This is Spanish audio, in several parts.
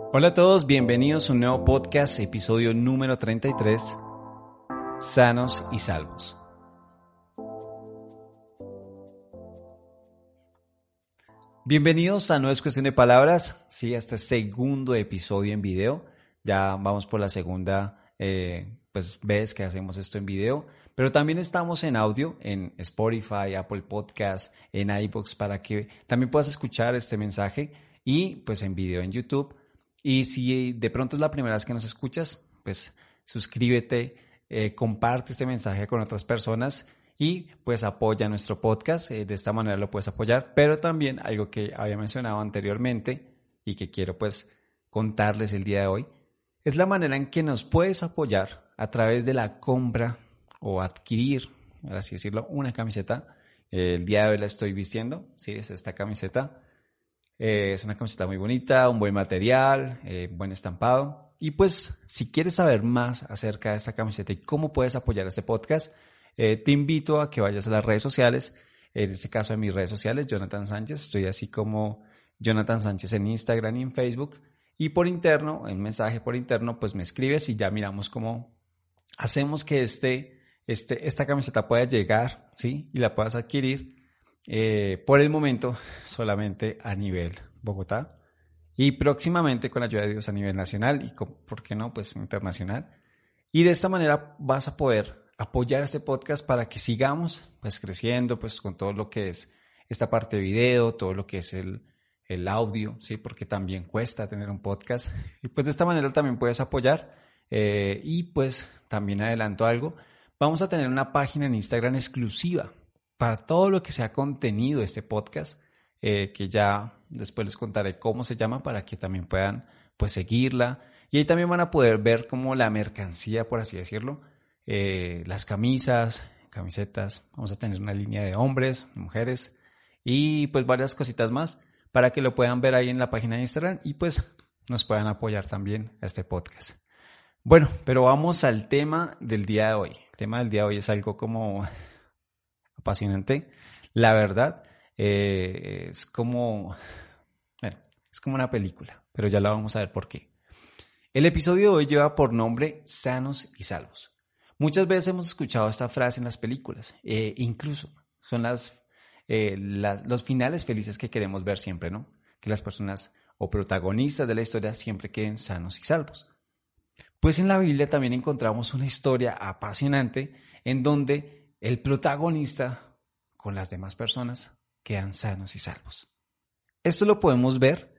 Hola a todos, bienvenidos a un nuevo podcast, episodio número 33, Sanos y Salvos. Bienvenidos a No es cuestión de palabras, sí, a este segundo episodio en video. Ya vamos por la segunda vez que hacemos esto en video, pero también estamos en audio, en Spotify, Apple Podcasts, en iVoox, para que también puedas escuchar este mensaje y pues en video en YouTube. Y si de pronto es la primera vez que nos escuchas, pues suscríbete, comparte este mensaje con otras personas y pues apoya nuestro podcast. De esta manera lo puedes apoyar. Pero también algo que había mencionado anteriormente y que quiero pues contarles el día de hoy, es la manera en que nos puedes apoyar a través de la compra o adquirir, por así decirlo, una camiseta. El día de hoy la estoy vistiendo, sí, es esta camiseta. Es una camiseta muy bonita, un buen material, buen estampado. Y pues, si quieres saber más acerca de esta camiseta y cómo puedes apoyar este podcast, te invito a que vayas a las redes sociales. En este caso, en mis redes sociales, Jonathan Sánchez. Estoy así como Jonathan Sánchez en Instagram y en Facebook. Y por interno, en mensaje por interno, pues me escribes y ya miramos cómo hacemos que esta camiseta pueda llegar, ¿sí? Y la puedas adquirir. Por el momento solamente a nivel Bogotá y próximamente con la ayuda de Dios a nivel nacional y ¿por qué no? Pues internacional. Y de esta manera vas a poder apoyar este podcast para que sigamos pues creciendo pues con todo lo que es esta parte de video, todo lo que es el audio, ¿sí? Porque también cuesta tener un podcast y pues de esta manera también puedes apoyar y pues también adelanto algo, vamos a tener una página en Instagram exclusiva para todo lo que sea contenido de este podcast, que ya después les contaré cómo se llama para que también puedan pues seguirla. Y ahí también van a poder ver como la mercancía, por así decirlo, las camisas, camisetas. Vamos a tener una línea de hombres, mujeres y pues varias cositas más para que lo puedan ver ahí en la página de Instagram y pues nos puedan apoyar también a este podcast. Bueno, pero vamos al tema del día de hoy. El tema del día de hoy es algo como apasionante. La verdad, es como una película, pero ya la vamos a ver por qué. El episodio de hoy lleva por nombre Sanos y Salvos. Muchas veces hemos escuchado esta frase en las películas, incluso son los finales felices que queremos ver siempre, ¿no? Que las personas o protagonistas de la historia siempre queden sanos y salvos. Pues en la Biblia también encontramos una historia apasionante en donde el protagonista con las demás personas quedan sanos y salvos. Esto lo podemos ver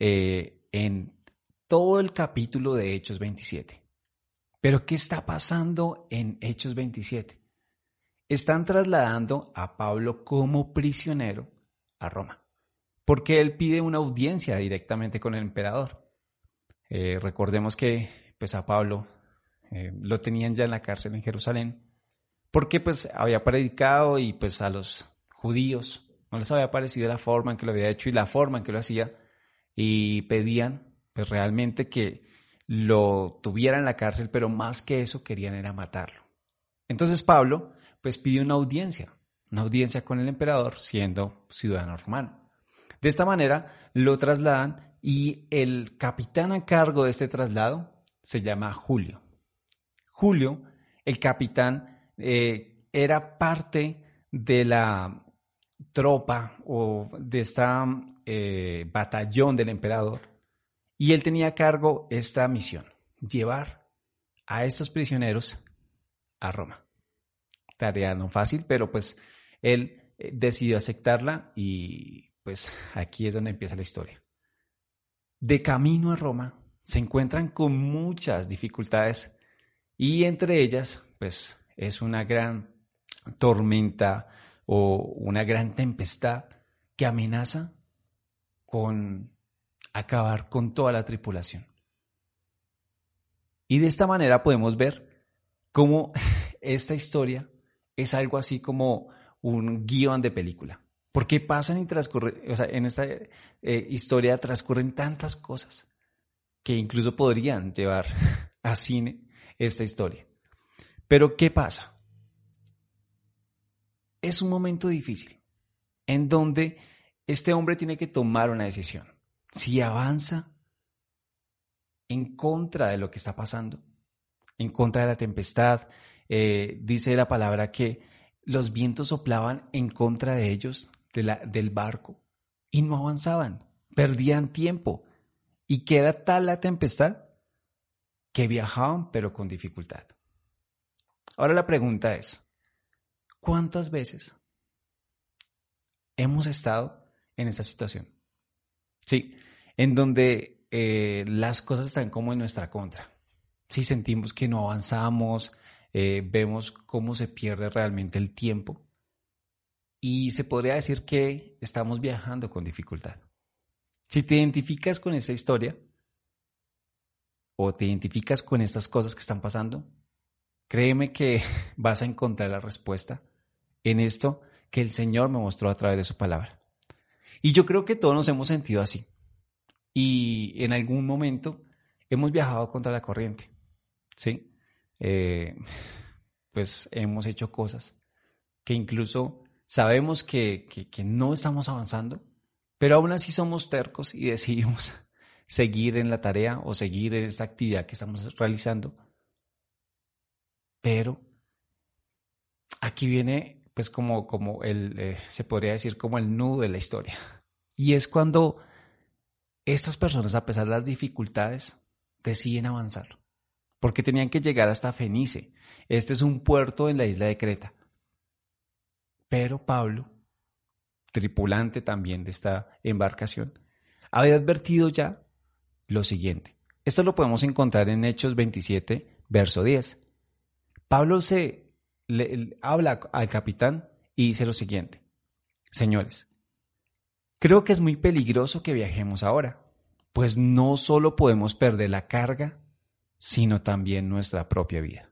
en todo el capítulo de Hechos 27. Pero ¿qué está pasando en Hechos 27? Están trasladando a Pablo como prisionero a Roma, porque él pide una audiencia directamente con el emperador. Recordemos que pues a Pablo lo tenían ya en la cárcel en Jerusalén, porque pues había predicado y pues a los judíos no les había parecido la forma en que lo había hecho y la forma en que lo hacía y pedían pues realmente que lo tuvieran en la cárcel, pero más que eso querían era matarlo. Entonces Pablo pues pide una audiencia con el emperador siendo ciudadano romano. De esta manera lo trasladan y el capitán a cargo de este traslado se llama Julio. Julio, el capitán, era parte de la tropa o de esta batallón del emperador y él tenía a cargo esta misión, llevar a estos prisioneros a Roma. Tarea no fácil, pero pues él decidió aceptarla y pues aquí es donde empieza la historia. De camino a Roma se encuentran con muchas dificultades y entre ellas pues es una gran tormenta o una gran tempestad que amenaza con acabar con toda la tripulación. Y de esta manera podemos ver cómo esta historia es algo así como un guión de película. Porque pasan y transcurren, o sea, en esta historia transcurren tantas cosas que incluso podrían llevar a cine esta historia. Pero ¿qué pasa? Es un momento difícil en donde este hombre tiene que tomar una decisión. Si avanza en contra de lo que está pasando, en contra de la tempestad. Dice la palabra que los vientos soplaban en contra de ellos, del barco, y no avanzaban, perdían tiempo. Y que era tal la tempestad que viajaban pero con dificultad. Ahora la pregunta es, ¿cuántas veces hemos estado en esa situación? Sí, en donde las cosas están como en nuestra contra. Sí, sentimos que no avanzamos, vemos cómo se pierde realmente el tiempo y se podría decir que estamos viajando con dificultad. Si te identificas con esa historia o te identificas con estas cosas que están pasando, créeme que vas a encontrar la respuesta en esto que el Señor me mostró a través de su palabra. Y yo creo que todos nos hemos sentido así. Y en algún momento hemos viajado contra la corriente, ¿sí? Pues hemos hecho cosas que incluso sabemos que no estamos avanzando, pero aún así somos tercos y decidimos seguir en la tarea o seguir en esta actividad que estamos realizando. Pero aquí viene, pues como se podría decir como el nudo de la historia. Y es cuando estas personas, a pesar de las dificultades, deciden avanzar. Porque tenían que llegar hasta Fenice. Este es un puerto en la isla de Creta. Pero Pablo, tripulante también de esta embarcación, había advertido ya lo siguiente. Esto lo podemos encontrar en Hechos 27, verso 10. Pablo habla al capitán y dice lo siguiente: señores, creo que es muy peligroso que viajemos ahora, pues no solo podemos perder la carga, sino también nuestra propia vida.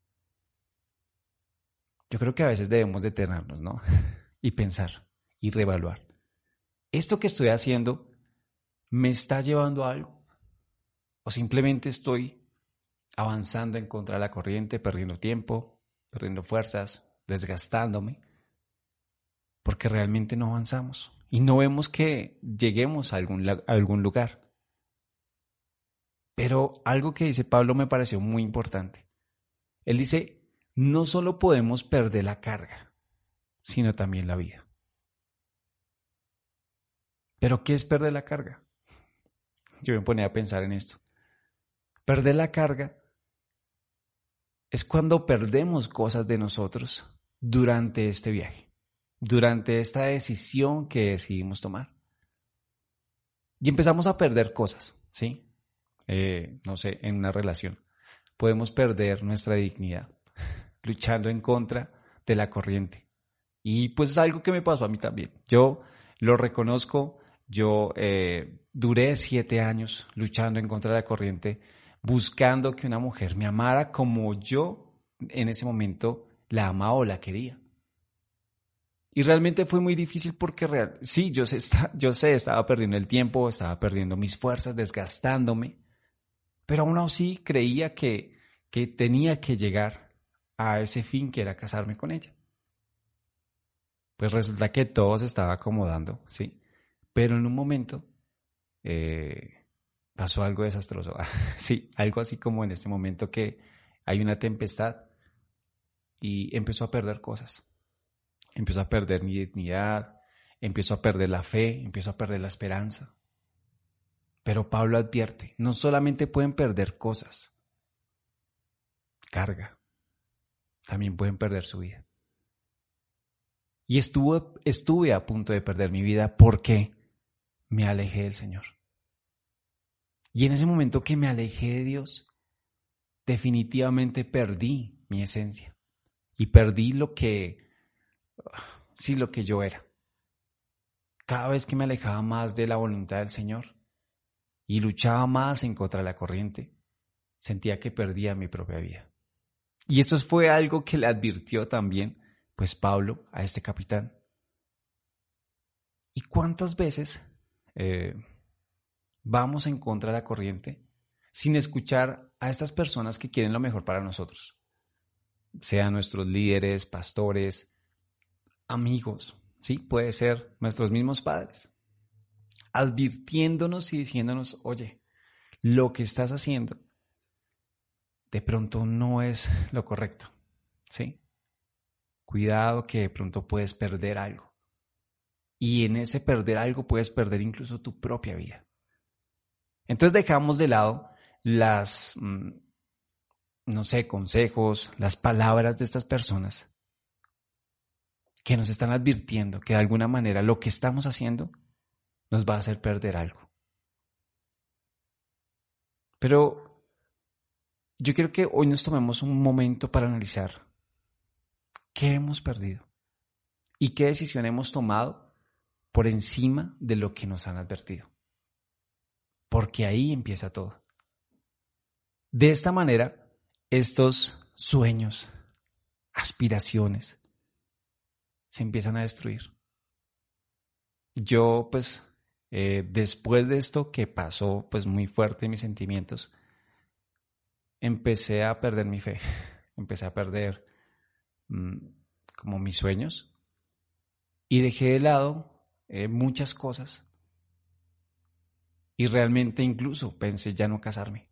Yo creo que a veces debemos detenernos, ¿no? Y pensar y reevaluar. ¿Esto que estoy haciendo me está llevando a algo? ¿O simplemente estoy avanzando en contra de la corriente, perdiendo tiempo, perdiendo fuerzas, desgastándome? Porque realmente no avanzamos y no vemos que lleguemos a algún lugar. Pero algo que dice Pablo me pareció muy importante. Él dice, no solo podemos perder la carga, sino también la vida. ¿Pero qué es perder la carga? Yo me ponía a pensar en esto. Perder la carga es cuando perdemos cosas de nosotros durante este viaje, durante esta decisión que decidimos tomar. Y empezamos a perder cosas, ¿sí? No sé, en una relación. Podemos perder nuestra dignidad luchando en contra de la corriente. Y pues es algo que me pasó a mí también. Yo lo reconozco, yo duré 7 años luchando en contra de la corriente, buscando que una mujer me amara como yo en ese momento la amaba o la quería. Y realmente fue muy difícil porque sí, yo sé, estaba perdiendo el tiempo, estaba perdiendo mis fuerzas, desgastándome, pero aún así creía que tenía que llegar a ese fin que era casarme con ella. Pues resulta que todo se estaba acomodando, ¿sí? Pero en un momento pasó algo desastroso. Sí, algo así como en este momento que hay una tempestad y empezó a perder cosas. Empezó a perder mi dignidad, empezó a perder la fe, empezó a perder la esperanza. Pero Pablo advierte, no solamente pueden perder cosas, carga, también pueden perder su vida. Y estuve a punto de perder mi vida porque me alejé del Señor. Y en ese momento que me alejé de Dios, definitivamente perdí mi esencia. Y perdí lo que yo era. Cada vez que me alejaba más de la voluntad del Señor y luchaba más en contra de la corriente, sentía que perdía mi propia vida. Y esto fue algo que le advirtió también, pues Pablo, a este capitán. ¿Y cuántas veces vamos en contra de la corriente sin escuchar a estas personas que quieren lo mejor para nosotros? Sean nuestros líderes, pastores, amigos, ¿sí? Puede ser nuestros mismos padres, advirtiéndonos y diciéndonos, oye, lo que estás haciendo de pronto no es lo correcto, ¿sí? Cuidado que de pronto puedes perder algo. Y en ese perder algo puedes perder incluso tu propia vida. Entonces dejamos de lado las, no sé, consejos, las palabras de estas personas que nos están advirtiendo que de alguna manera lo que estamos haciendo nos va a hacer perder algo. Pero yo quiero que hoy nos tomemos un momento para analizar qué hemos perdido y qué decisión hemos tomado por encima de lo que nos han advertido. Porque ahí empieza todo. De esta manera, estos sueños, aspiraciones, se empiezan a destruir. Yo, después de esto que pasó, pues muy fuerte en mis sentimientos, empecé a perder mi fe, empecé a perder mm, como mis sueños y dejé de lado muchas cosas y realmente incluso pensé ya no casarme.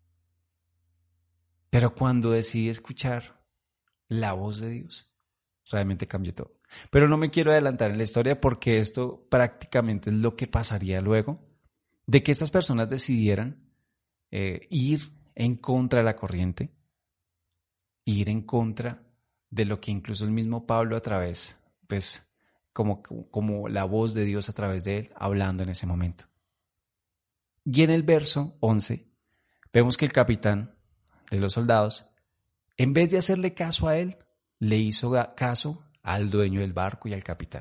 Pero cuando decidí escuchar la voz de Dios, realmente cambió todo. Pero no me quiero adelantar en la historia porque esto prácticamente es lo que pasaría luego de que estas personas decidieran ir en contra de la corriente, ir en contra de lo que incluso el mismo Pablo a través, pues como la voz de Dios a través de él, hablando en ese momento. Y en el verso 11 vemos que el capitán de los soldados, en vez de hacerle caso a él, le hizo caso al dueño del barco y al capitán.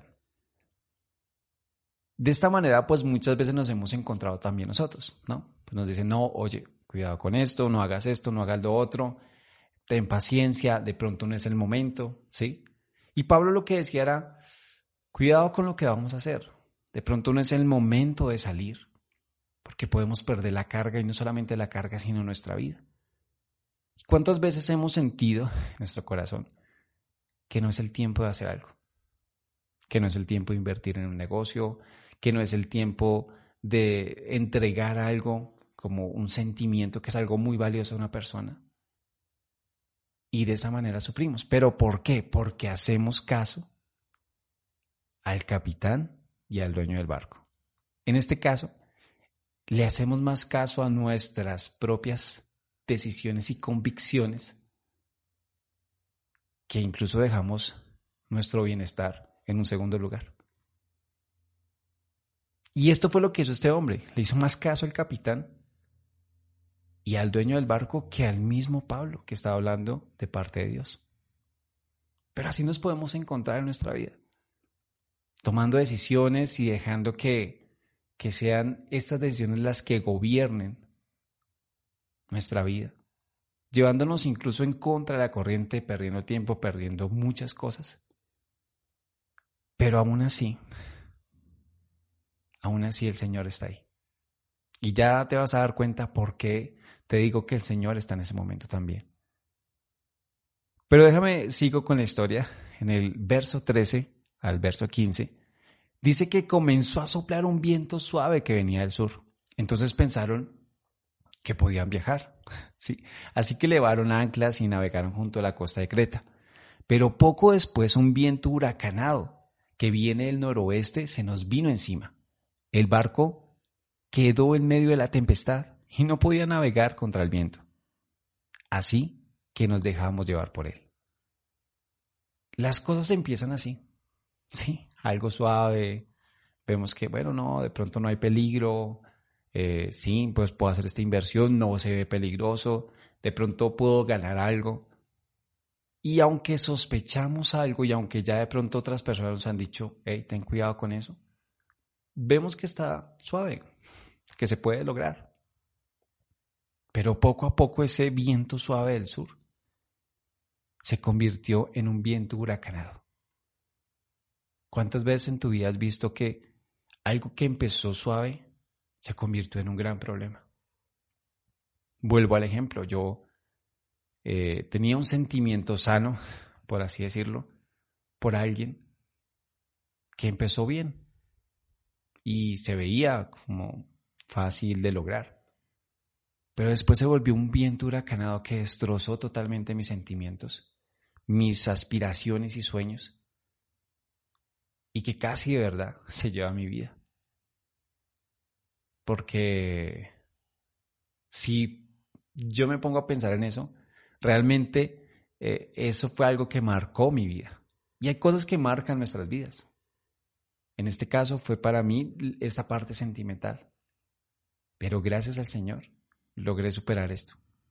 De esta manera, pues muchas veces nos hemos encontrado también nosotros, ¿no? Pues nos dicen, no, oye, cuidado con esto, no hagas lo otro, ten paciencia, de pronto no es el momento, ¿sí? Y Pablo lo que decía era, cuidado con lo que vamos a hacer, de pronto no es el momento de salir, porque podemos perder la carga y no solamente la carga, sino nuestra vida. ¿Cuántas veces hemos sentido en nuestro corazón que no es el tiempo de hacer algo? Que no es el tiempo de invertir en un negocio, que no es el tiempo de entregar algo como un sentimiento que es algo muy valioso a una persona. Y de esa manera sufrimos. ¿Pero por qué? Porque hacemos caso al capitán y al dueño del barco. En este caso, le hacemos más caso a nuestras propias decisiones y convicciones que incluso dejamos nuestro bienestar en un segundo lugar. Y esto fue lo que hizo este hombre. Le hizo más caso al capitán y al dueño del barco que al mismo Pablo, que estaba hablando de parte de Dios. Pero así nos podemos encontrar en nuestra vida, tomando decisiones y dejando que sean estas decisiones las que gobiernen nuestra vida, llevándonos incluso en contra de la corriente, perdiendo tiempo, perdiendo muchas cosas. Pero aún así el Señor está ahí. Y ya te vas a dar cuenta por qué te digo que el Señor está en ese momento también. Pero sigo con la historia. En el verso 13 al verso 15, dice que comenzó a soplar un viento suave que venía del sur. Entonces pensaron que podían viajar. ¿Sí? Así que levaron anclas y navegaron junto a la costa de Creta. Pero poco después un viento huracanado que viene del noroeste se nos vino encima. El barco quedó en medio de la tempestad y no podía navegar contra el viento. Así que nos dejamos llevar por él. Las cosas empiezan así, sí, algo suave, vemos que, bueno, no, de pronto no hay peligro, sí, pues puedo hacer esta inversión, no se ve peligroso, de pronto puedo ganar algo. Y aunque sospechamos algo y aunque ya de pronto otras personas nos han dicho, hey, ten cuidado con eso, vemos que está suave, que se puede lograr. Pero poco a poco ese viento suave del sur se convirtió en un viento huracanado. ¿Cuántas veces en tu vida has visto que algo que empezó suave se convirtió en un gran problema? Vuelvo al ejemplo, yo tenía un sentimiento sano, por así decirlo, por alguien que empezó bien y se veía como fácil de lograr. Pero después se volvió un viento huracanado que destrozó totalmente mis sentimientos, mis aspiraciones y sueños, y que casi de verdad se lleva mi vida. Porque si yo me pongo a pensar en eso, realmente eso fue algo que marcó mi vida. Y hay cosas que marcan nuestras vidas. En este caso fue para mí esta parte sentimental. Pero gracias al Señor logré superar esto.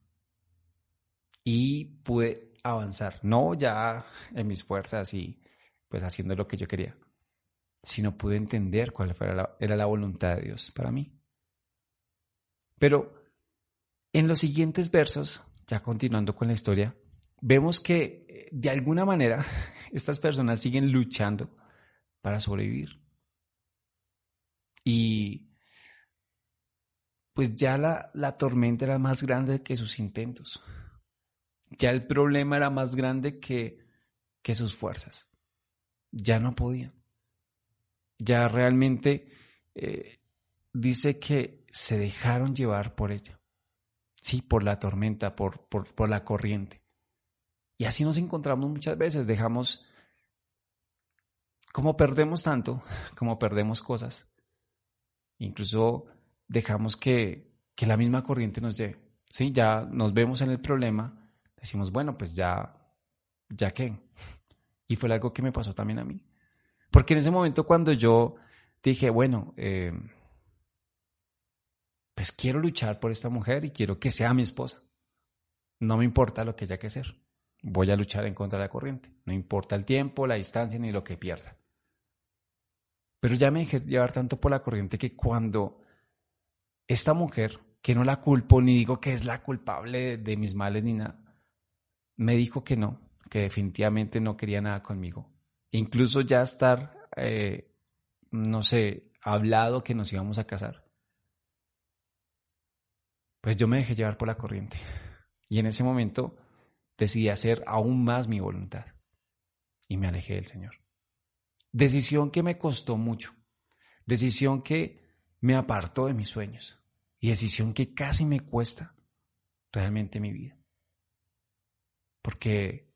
Y pude avanzar, no ya en mis fuerzas y pues haciendo lo que yo quería, sino pude entender cuál era la voluntad de Dios para mí. Pero en los siguientes versos, ya continuando con la historia, vemos que de alguna manera estas personas siguen luchando para sobrevivir. Y pues ya la tormenta era más grande que sus intentos. Ya el problema era más grande que sus fuerzas. Ya no podían. Ya realmente dice que se dejaron llevar por ella. Sí, por la tormenta, por la corriente. Y así nos encontramos muchas veces. Dejamos, como perdemos tanto, como perdemos cosas, incluso dejamos que la misma corriente nos lleve. Sí, ya nos vemos en el problema, decimos, bueno, pues ya qué. Y fue algo que me pasó también a mí. Porque en ese momento cuando yo dije, bueno, pues quiero luchar por esta mujer y quiero que sea mi esposa. No me importa lo que haya que hacer. Voy a luchar en contra de la corriente. No importa el tiempo, la distancia ni lo que pierda. Pero ya me dejé llevar tanto por la corriente que cuando esta mujer, que no la culpo ni digo que es la culpable de mis males ni nada, me dijo que no, que definitivamente no quería nada conmigo. Incluso ya estar, no sé, hablado que nos íbamos a casar. Pues yo me dejé llevar por la corriente. Y en ese momento decidí hacer aún más mi voluntad. Y me alejé del Señor. Decisión que me costó mucho. Decisión que me apartó de mis sueños. Y decisión que casi me cuesta realmente mi vida. Porque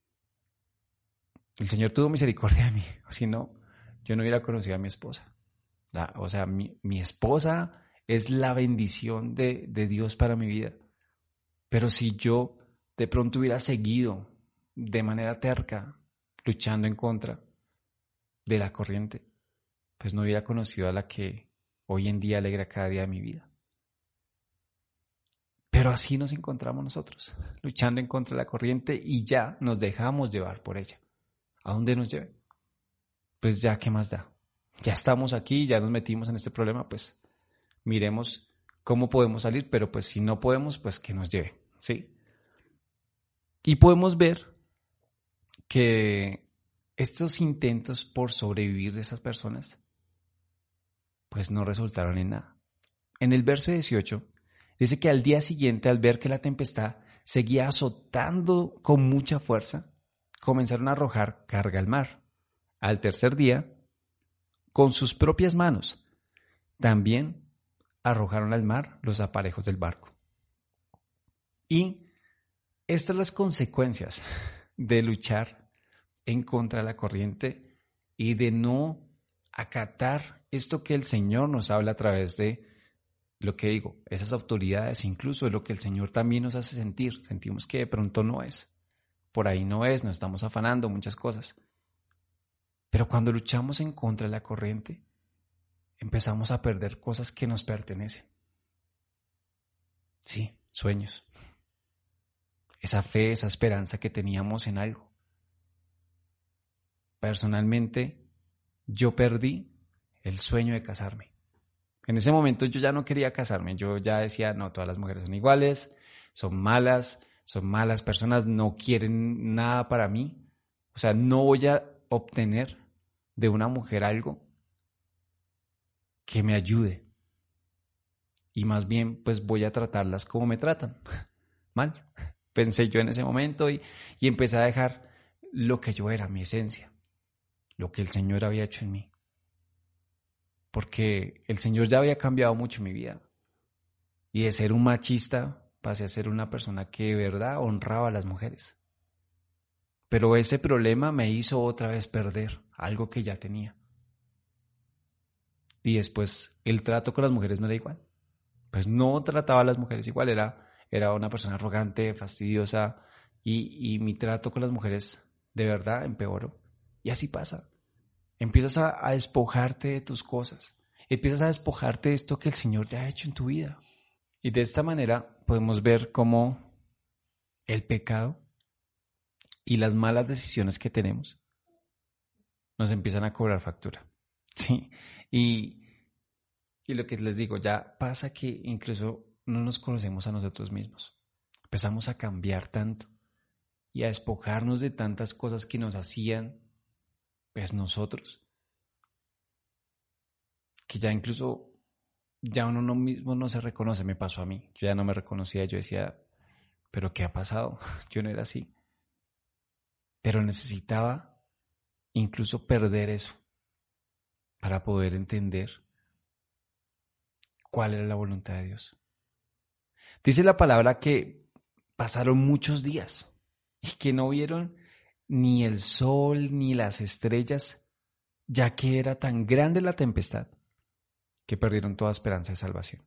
el Señor tuvo misericordia de mí. Si no, yo no hubiera conocido a mi esposa. O sea, mi esposa es la bendición de Dios para mi vida. Pero si yo de pronto hubiera seguido de manera terca, luchando en contra de la corriente, pues no hubiera conocido a la que hoy en día alegra cada día de mi vida. Pero así nos encontramos nosotros, luchando en contra de la corriente y ya nos dejamos llevar por ella. ¿A dónde nos lleve? Pues ya, ¿qué más da? Ya estamos aquí, ya nos metimos en este problema, pues miremos cómo podemos salir, pero pues si no podemos, pues que nos lleve, ¿sí? Y podemos ver que estos intentos por sobrevivir de esas personas, pues no resultaron en nada. En el verso 18 dice que al día siguiente, al ver que la tempestad seguía azotando con mucha fuerza, comenzaron a arrojar carga al mar. Al tercer día, con sus propias manos, también arrojaron al mar los aparejos del barco. Y estas son las consecuencias de luchar en contra de la corriente y de no acatar esto que el Señor nos habla a través de lo que digo, esas autoridades, incluso es lo que el Señor también nos hace sentir. Sentimos que de pronto no es, por ahí no es, nos estamos afanando muchas cosas. Pero cuando luchamos en contra de la corriente, empezamos a perder cosas que nos pertenecen. Sí, sueños. Esa fe, esa esperanza que teníamos en algo. Personalmente, yo perdí el sueño de casarme. En ese momento yo ya no quería casarme, yo ya decía, no, todas las mujeres son iguales, son malas personas, no quieren nada para mí. O sea, no voy a obtener de una mujer algo que me ayude. Y más bien, pues voy a tratarlas como me tratan, mal. Pensé yo en ese momento y empecé a dejar lo que yo era, mi esencia, lo que el Señor había hecho en mí. Porque el Señor ya había cambiado mucho mi vida. Y de ser un machista pasé a ser una persona que de verdad honraba a las mujeres. Pero ese problema me hizo otra vez perder algo que ya tenía. Y después el trato con las mujeres no era igual. Pues no trataba a las mujeres igual, era una persona arrogante, fastidiosa, y mi trato con las mujeres de verdad empeoró. Y así pasa. Empiezas a despojarte de tus cosas. Empiezas a despojarte de esto que el Señor te ha hecho en tu vida. Y de esta manera podemos ver cómo el pecado y las malas decisiones que tenemos nos empiezan a cobrar factura. ¿Sí? Y, y lo que les digo, ya pasa que incluso no nos conocemos a nosotros mismos. Empezamos a cambiar tanto y a despojarnos de tantas cosas que nos hacían, pues nosotros, que ya incluso ya uno mismo no se reconoce. Me pasó a mí, yo ya no me reconocía, yo decía, pero ¿qué ha pasado? Yo no era así. Pero necesitaba incluso perder eso para poder entender cuál era la voluntad de Dios. Dice la palabra que pasaron muchos días y que no vieron ni el sol ni las estrellas, ya que era tan grande la tempestad que perdieron toda esperanza de salvación.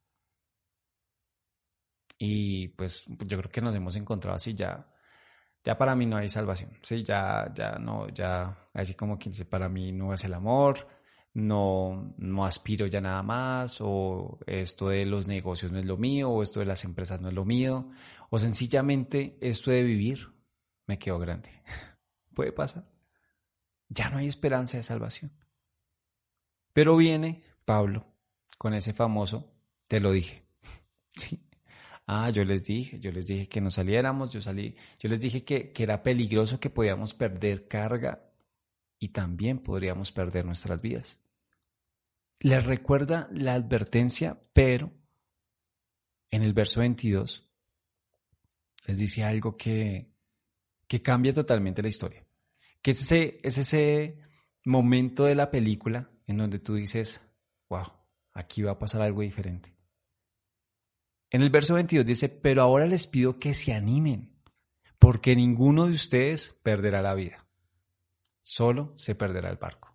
Y pues yo creo que nos hemos encontrado así ya para mí no hay salvación. Sí, ya no, ya así como quien dice, para mí no es el amor, no aspiro ya nada más, o esto de los negocios no es lo mío, o esto de las empresas no es lo mío, o sencillamente esto de vivir me quedó grande. Puede pasar. Ya no hay esperanza de salvación. Pero viene Pablo con ese famoso, te lo dije. Sí. Yo les dije que no saliéramos, yo les dije que era peligroso, que podíamos perder carga y también podríamos perder nuestras vidas. Les recuerda la advertencia, pero en el verso 22 les dice algo que cambia totalmente la historia. Que es ese momento de la película en donde tú dices, wow, aquí va a pasar algo diferente. En el verso 22 dice, pero ahora les pido que se animen, porque ninguno de ustedes perderá la vida, solo se perderá el barco.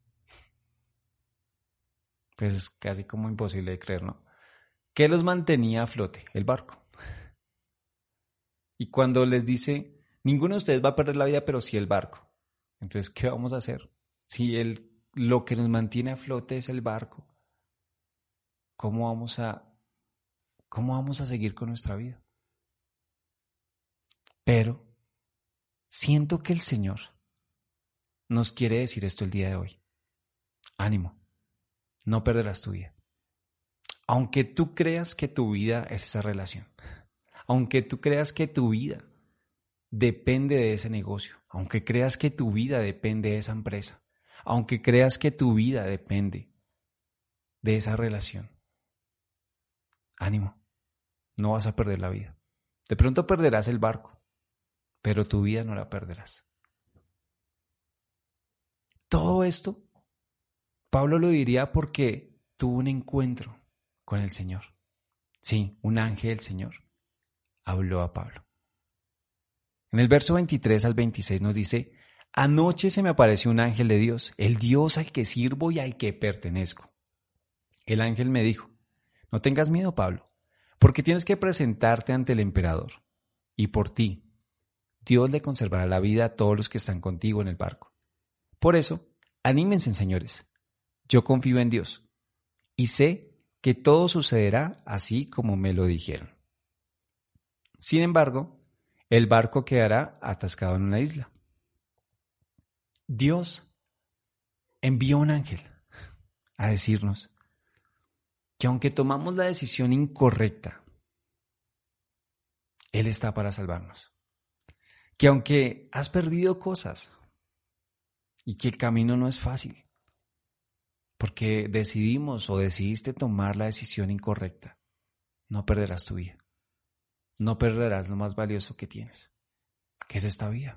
Pues es casi como imposible de creer, ¿no? ¿Qué los mantenía a flote? El barco. Y cuando les dice, ninguno de ustedes va a perder la vida, pero sí el barco. Entonces, ¿qué vamos a hacer? Si lo que nos mantiene a flote es el barco, ¿cómo vamos a seguir con nuestra vida? Pero siento que el Señor nos quiere decir esto el día de hoy. Ánimo, no perderás tu vida. Aunque tú creas que tu vida es esa relación, aunque tú creas que tu vida depende de ese negocio, aunque creas que tu vida depende de esa empresa, aunque creas que tu vida depende de esa relación, ánimo, no vas a perder la vida. De pronto perderás el barco, pero tu vida no la perderás. Todo esto, Pablo lo diría porque tuvo un encuentro con el Señor. Sí, un ángel del Señor habló a Pablo. En el verso 23 al 26 nos dice, anoche se me apareció un ángel de Dios, el Dios al que sirvo y al que pertenezco. El ángel me dijo, no tengas miedo, Pablo, porque tienes que presentarte ante el emperador. Y por ti, Dios le conservará la vida a todos los que están contigo en el barco. Por eso, anímense, señores. Yo confío en Dios y sé que todo sucederá así como me lo dijeron. Sin embargo, el barco quedará atascado en una isla. Dios envió un ángel a decirnos que aunque tomamos la decisión incorrecta, Él está para salvarnos. Que aunque has perdido cosas y que el camino no es fácil, porque decidimos o decidiste tomar la decisión incorrecta, no perderás tu vida. No perderás lo más valioso que tienes, que es esta vida.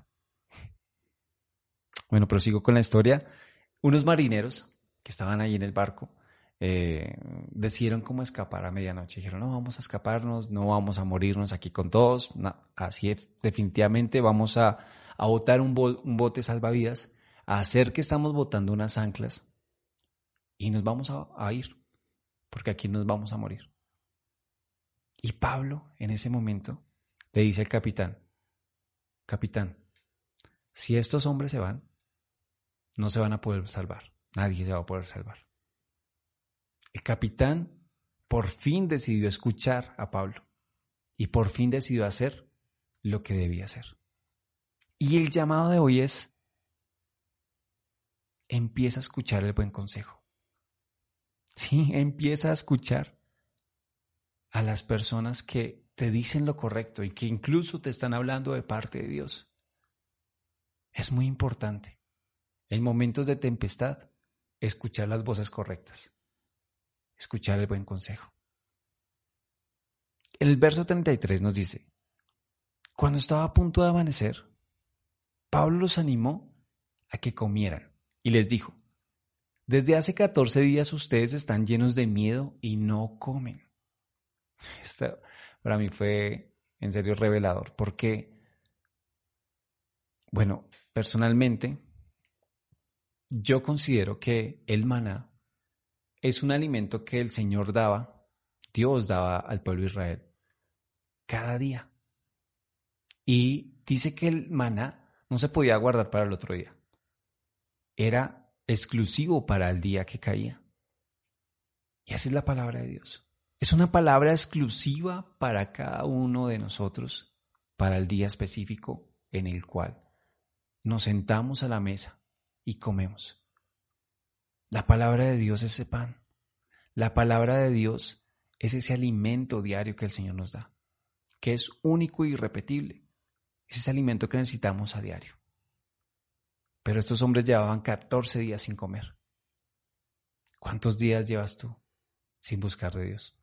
Bueno, prosigo con la historia. Unos marineros que estaban ahí en el barco decidieron cómo escapar a medianoche. Dijeron, no, vamos a escaparnos, no vamos a morirnos aquí con todos. No, así definitivamente vamos a botar un bote salvavidas, a hacer que estamos botando unas anclas y nos vamos a ir, porque aquí nos vamos a morir. Y Pablo, en ese momento, le dice al capitán, capitán, si estos hombres se van, no se van a poder salvar. Nadie se va a poder salvar. El capitán por fin decidió escuchar a Pablo y por fin decidió hacer lo que debía hacer. Y el llamado de hoy es, empieza a escuchar el buen consejo. Sí, empieza a escuchar a las personas que te dicen lo correcto y que incluso te están hablando de parte de Dios. Es muy importante, en momentos de tempestad, escuchar las voces correctas, escuchar el buen consejo. El verso 33 nos dice, cuando estaba a punto de amanecer, Pablo los animó a que comieran y les dijo, desde hace 14 días ustedes están llenos de miedo y no comen. Esto para mí fue en serio revelador porque, bueno, personalmente yo considero que el maná es un alimento que el Señor daba, Dios daba al pueblo de Israel cada día. Y dice que el maná no se podía guardar para el otro día. Era exclusivo para el día que caía. Y así es la palabra de Dios. Es una palabra exclusiva para cada uno de nosotros, para el día específico en el cual nos sentamos a la mesa y comemos. La palabra de Dios es ese pan. La palabra de Dios es ese alimento diario que el Señor nos da, que es único e irrepetible. Es ese alimento que necesitamos a diario. Pero estos hombres llevaban 14 días sin comer. ¿Cuántos días llevas tú sin buscar de Dios?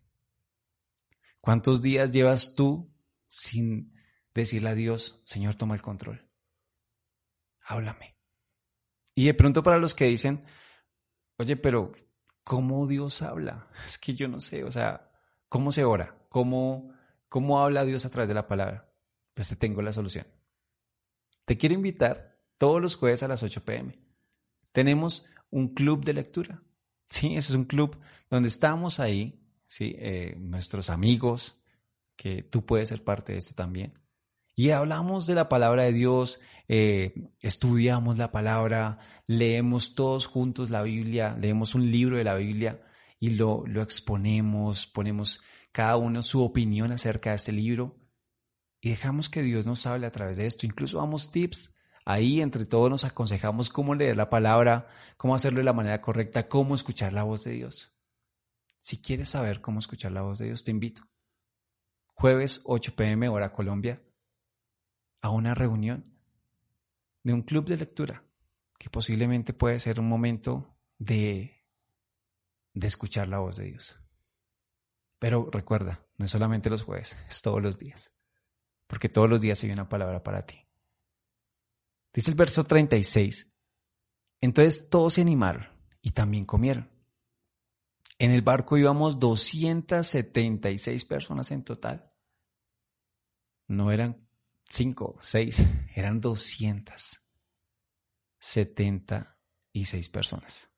¿Cuántos días llevas tú sin decirle a Dios, Señor, toma el control? Háblame. Y de pronto para los que dicen, oye, pero ¿cómo Dios habla? Es que yo no sé, o sea, ¿cómo se ora? ¿Cómo habla Dios a través de la palabra? Pues te tengo la solución. Te quiero invitar todos los jueves a las 8 p.m. Tenemos un club de lectura. Sí, ese es un club donde estamos ahí, sí, nuestros amigos, que tú puedes ser parte de esto también. Y hablamos de la palabra de Dios, estudiamos la palabra, leemos todos juntos la Biblia, leemos un libro de la Biblia y lo exponemos, ponemos cada uno su opinión acerca de este libro y dejamos que Dios nos hable a través de esto. Incluso damos tips, ahí entre todos nos aconsejamos cómo leer la palabra, cómo hacerlo de la manera correcta, cómo escuchar la voz de Dios. Si quieres saber cómo escuchar la voz de Dios, te invito. Jueves 8 p.m. hora Colombia, a una reunión de un club de lectura que posiblemente puede ser un momento de escuchar la voz de Dios. Pero recuerda, no es solamente los jueves, es todos los días, porque todos los días hay una palabra para ti. Dice el verso 36, entonces todos se animaron y también comieron. En el barco íbamos 276 personas en total. No eran 5, 6, eran 276 personas.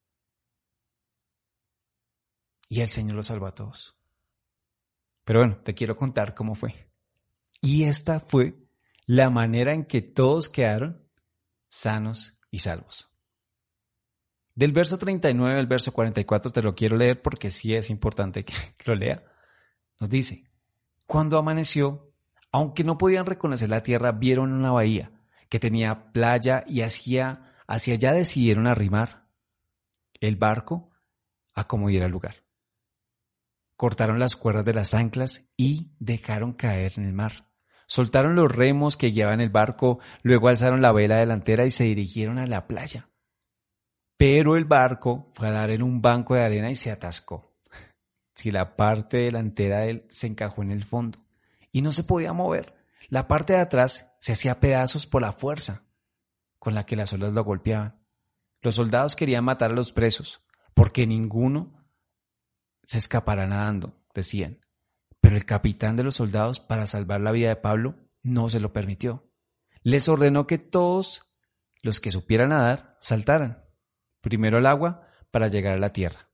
Y el Señor los salvó a todos. Pero bueno, te quiero contar cómo fue. Y esta fue la manera en que todos quedaron sanos y salvos. Del verso 39 al verso 44 te lo quiero leer porque sí es importante que lo lea. Nos dice, cuando amaneció, aunque no podían reconocer la tierra, vieron una bahía que tenía playa y hacia allá decidieron arrimar el barco a como diera lugar. Cortaron las cuerdas de las anclas y dejaron caer en el mar. Soltaron los remos que guiaban el barco, luego alzaron la vela delantera y se dirigieron a la playa. Pero el barco fue a dar en un banco de arena y se atascó. Si la parte delantera de él se encajó en el fondo y no se podía mover, la parte de atrás se hacía pedazos por la fuerza con la que las olas lo golpeaban. Los soldados querían matar a los presos, porque ninguno se escapará nadando, decían. Pero el capitán de los soldados, para salvar la vida de Pablo, no se lo permitió. Les ordenó que todos los que supieran nadar saltaran primero al agua para llegar a la tierra,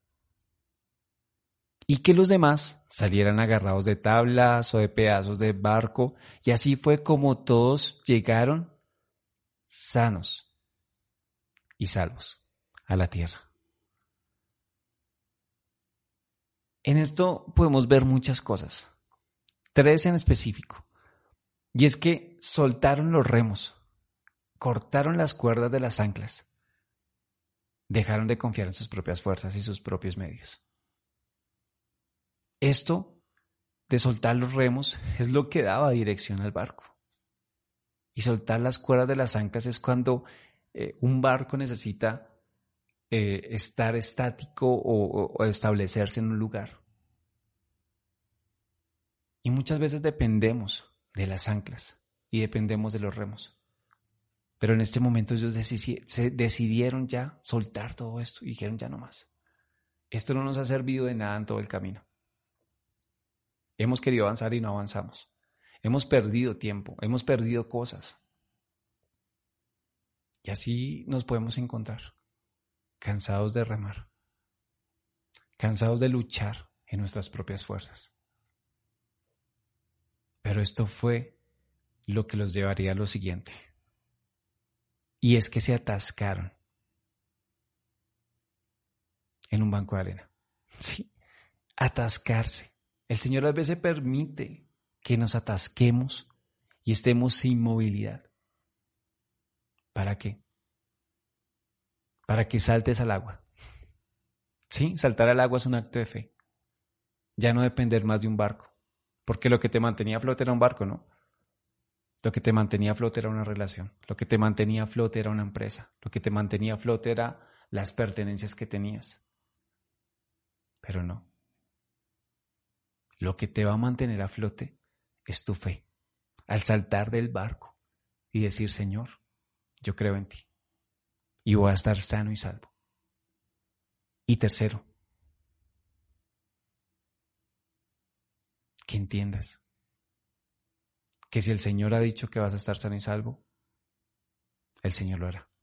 y que los demás salieran agarrados de tablas o de pedazos de barco, y así fue como todos llegaron sanos y salvos a la tierra. En esto podemos ver muchas cosas, 3 en específico, y es que soltaron los remos, cortaron las cuerdas de las anclas, dejaron de confiar en sus propias fuerzas y sus propios medios. Esto de soltar los remos es lo que daba dirección al barco. Y soltar las cuerdas de las anclas es cuando un barco necesita estar estático o establecerse en un lugar. Y muchas veces dependemos de las anclas y dependemos de los remos. Pero en este momento ellos decidieron ya soltar todo esto y dijeron ya no más. Esto no nos ha servido de nada en todo el camino. Hemos querido avanzar y no avanzamos. Hemos perdido tiempo, hemos perdido cosas. Y así nos podemos encontrar, cansados de remar, cansados de luchar en nuestras propias fuerzas. Pero esto fue lo que los llevaría a lo siguiente. Y es que se atascaron en un banco de arena. Sí, atascarse. El Señor a veces permite que nos atasquemos y estemos sin movilidad. ¿Para qué? Para que saltes al agua. Sí, saltar al agua es un acto de fe. Ya no depender más de un barco. Porque lo que te mantenía a flote era un barco, ¿no? Lo que te mantenía a flote era una relación. Lo que te mantenía a flote era una empresa. Lo que te mantenía a flote era las pertenencias que tenías. Pero no. Lo que te va a mantener a flote es tu fe. Al saltar del barco y decir, Señor, yo creo en ti y voy a estar sano y salvo. Y tercero, que entiendas que si el Señor ha dicho que vas a estar sano y salvo, el Señor lo hará.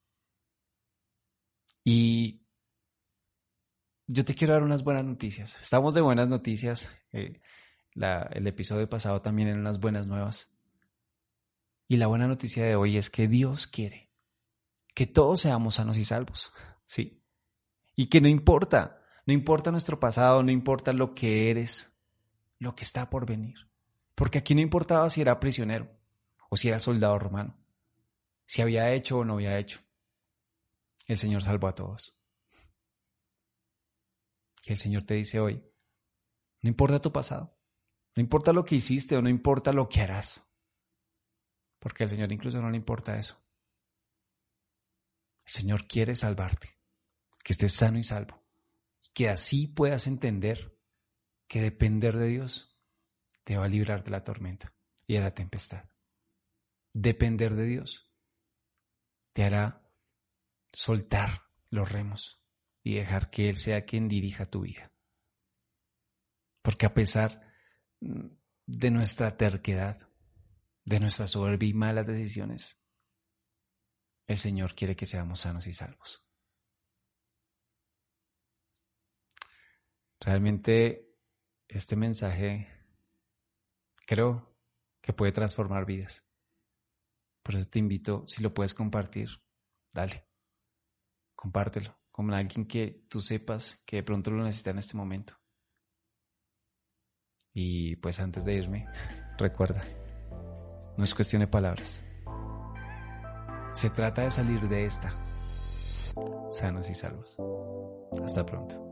Y yo te quiero dar unas buenas noticias. Estamos de buenas noticias. El episodio pasado también eran unas buenas nuevas. Y la buena noticia de hoy es que Dios quiere que todos seamos sanos y salvos. Sí. Y que no importa nuestro pasado, no importa lo que eres, lo que está por venir. Porque aquí no importaba si era prisionero o si era soldado romano, si había hecho o no había hecho. El Señor salvó a todos. Y el Señor te dice hoy, no importa tu pasado, no importa lo que hiciste o no importa lo que harás, porque al Señor incluso no le importa eso. El Señor quiere salvarte, que estés sano y salvo, y que así puedas entender que depender de Dios te va a librar de la tormenta y de la tempestad. Depender de Dios te hará soltar los remos y dejar que Él sea quien dirija tu vida. Porque a pesar de nuestra terquedad, de nuestra soberbia y malas decisiones, el Señor quiere que seamos sanos y salvos. Realmente este mensaje creo que puede transformar vidas. Por eso te invito, si lo puedes compartir, dale, compártelo con alguien que tú sepas que de pronto lo necesita en este momento. Y pues antes de irme, recuerda, no es cuestión de palabras. Se trata de salir de esta sanos y salvos. Hasta pronto.